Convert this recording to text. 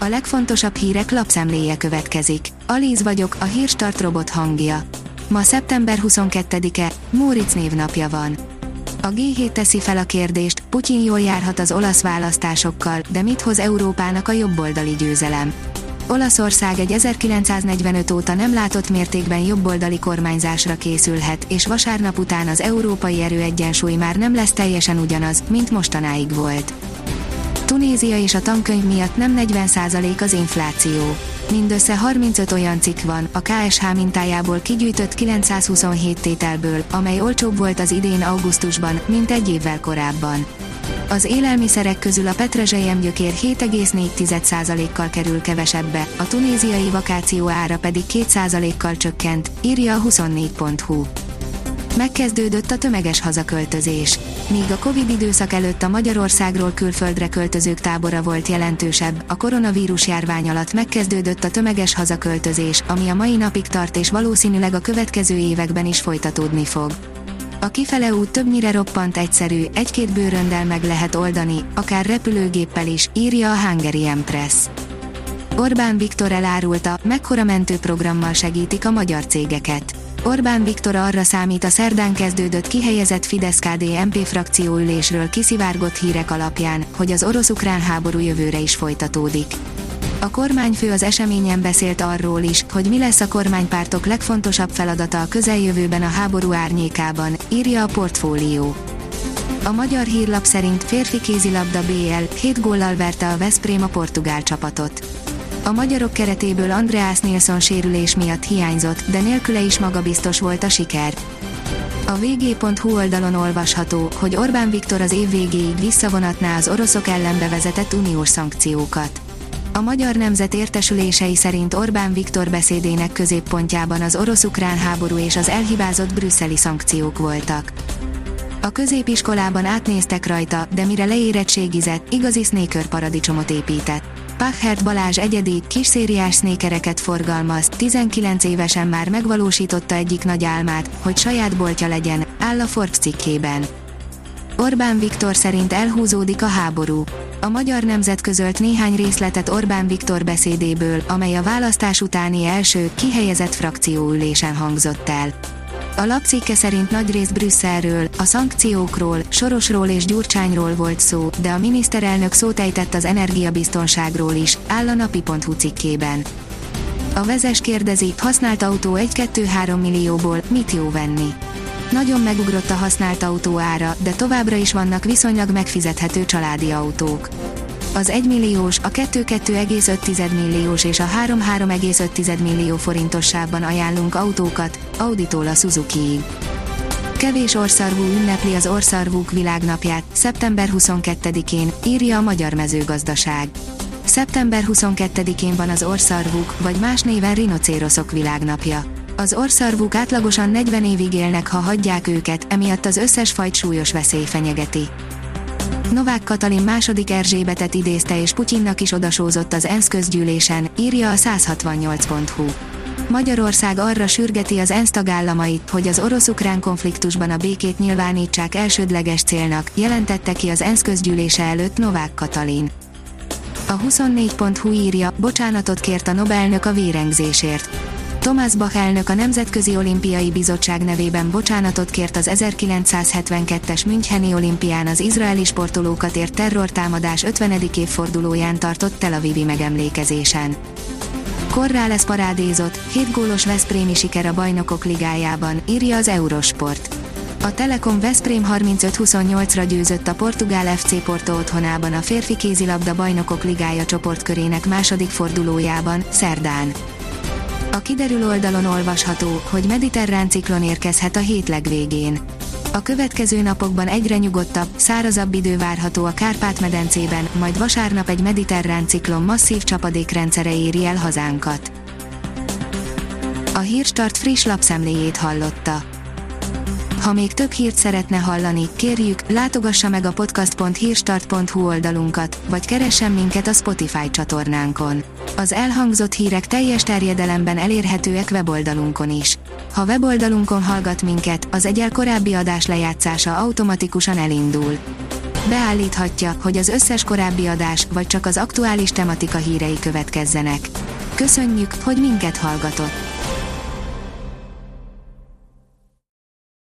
A legfontosabb hírek lapszemléje következik. Alíz vagyok, a Hírstart robot hangja. Ma szeptember 22-e, Móricz névnapja van. A G7 teszi fel a kérdést, Putyin jól járhat az olasz választásokkal, de mit hoz Európának a jobboldali győzelem? Olaszország egy 1945 óta nem látott mértékben jobboldali kormányzásra készülhet, és vasárnap után az európai erőegyensúly már nem lesz teljesen ugyanaz, mint mostanáig volt. Tunézia és a tankönyv miatt nem 40% az infláció. Mindössze 35 olyan cikk van, a KSH mintájából kigyűjtött 927 tételből, amely olcsóbb volt az idén augusztusban, mint egy évvel korábban. Az élelmiszerek közül a petrezselyem gyökér 7,4%-kal kerül kevesebbe, a tunéziai vakáció ára pedig 2%-kal csökkent, írja a 24.hu. Megkezdődött a tömeges hazaköltözés. Míg a Covid időszak előtt a Magyarországról külföldre költözők tábora volt jelentősebb, a koronavírus járvány alatt megkezdődött a tömeges hazaköltözés, ami a mai napig tart és valószínűleg a következő években is folytatódni fog. A kifele út többnyire roppant egyszerű, egy-két bőröndel meg lehet oldani, akár repülőgéppel is, írja a Hungary Empress. Orbán Viktor elárulta, mekkora mentőprogrammal segítik a magyar cégeket. Orbán Viktor arra számít, a szerdán kezdődött kihelyezett Fidesz-KDNP frakcióülésről kiszivárgott hírek alapján, hogy az orosz-ukrán háború jövőre is folytatódik. A kormányfő az eseményen beszélt arról is, hogy mi lesz a kormánypártok legfontosabb feladata a közeljövőben a háború árnyékában, írja a Portfólió. A magyar hírlap szerint férfi kézilabda BL 7 góllal verte a Veszprém a portugál csapatot. A magyarok keretéből Andreas Nilsson sérülés miatt hiányzott, de nélküle is magabiztos volt a siker. A vg.hu oldalon olvasható, hogy Orbán Viktor az év végéig visszavonatná az oroszok ellen bevezetett uniós szankciókat. A magyar nemzet értesülései szerint Orbán Viktor beszédének középpontjában az orosz-ukrán háború és az elhibázott brüsszeli szankciók voltak. A középiskolában átnéztek rajta, de mire leérettségizett, igazi sneaker paradicsomot épített. Pachert Balázs egyedi, kisszériás snékereket forgalmaz, 19 évesen már megvalósította egyik nagy álmát, hogy saját boltja legyen, áll a Forbes cikkében. Orbán Viktor szerint elhúzódik a háború. A Magyar Nemzet közölt néhány részletet Orbán Viktor beszédéből, amely a választás utáni első, kihelyezett frakcióülésen hangzott el. A lapcikke szerint nagyrészt Brüsszelről, a szankciókról, Sorosról és Gyurcsányról volt szó, de a miniszterelnök szót ejtett az energiabiztonságról is, áll a napi.hu cikkében. A Vezes kérdezi, használt autó 1-2-3 millióból, mit jó venni? Nagyon megugrott a használt autó ára, de továbbra is vannak viszonylag megfizethető családi autók. Az 1 milliós, a 2,5 milliós és a 3,5 millió forintos sávban ajánlunk autókat, Auditól a Suzukiig. Kevés orrszarvú ünnepli az orrszarvúk világnapját, szeptember 22-én, írja a Magyar Mezőgazdaság. Szeptember 22-én van az orrszarvúk, vagy más néven rinocéroszok világnapja. Az orrszarvúk átlagosan 40 évig élnek, ha hagyják őket, emiatt az összes fajt súlyos veszély fenyegeti. Novák Katalin második Erzsébetet idézte és Putyinnak is odasózott az ENSZ közgyűlésen, írja a 168.hu. Magyarország arra sürgeti az ENSZ tagállamait, hogy az orosz-ukrán konfliktusban a békét nyilvánítsák elsődleges célnak, jelentette ki az ENSZ közgyűlése előtt Novák Katalin. A 24.hu írja, bocsánatot kért a Nobel-elnök a vérengzésért. Thomas Bach elnök a Nemzetközi Olimpiai Bizottság nevében bocsánatot kért az 1972-es Müncheni olimpián az izraeli sportolókat ért terrortámadás 50. évfordulóján tartott Tel Avivi megemlékezésen. Corrales parádézott, 7 gólos veszprémi siker a Bajnokok Ligájában, írja az Eurosport. A Telekom Veszprém 35-28-ra győzött a portugál FC Porto otthonában a férfi kézilabda Bajnokok Ligája csoportkörének második fordulójában, szerdán. A kiderül oldalon olvasható, hogy mediterrán ciklon érkezhet a hét legvégén. A következő napokban egyre nyugodtabb, szárazabb idő várható a Kárpát-medencében, majd vasárnap egy mediterrán ciklon masszív csapadékrendszere éri el hazánkat. A Hírstart friss lapszemléjét hallotta. Ha még több hírt szeretne hallani, kérjük, látogassa meg a podcast.hírstart.hu oldalunkat, vagy keressen minket a Spotify csatornánkon. Az elhangzott hírek teljes terjedelemben elérhetőek weboldalunkon is. Ha weboldalunkon hallgat minket, az egyel korábbi adás lejátszása automatikusan elindul. Beállíthatja, hogy az összes korábbi adás, vagy csak az aktuális tematika hírei következzenek. Köszönjük, hogy minket hallgatott!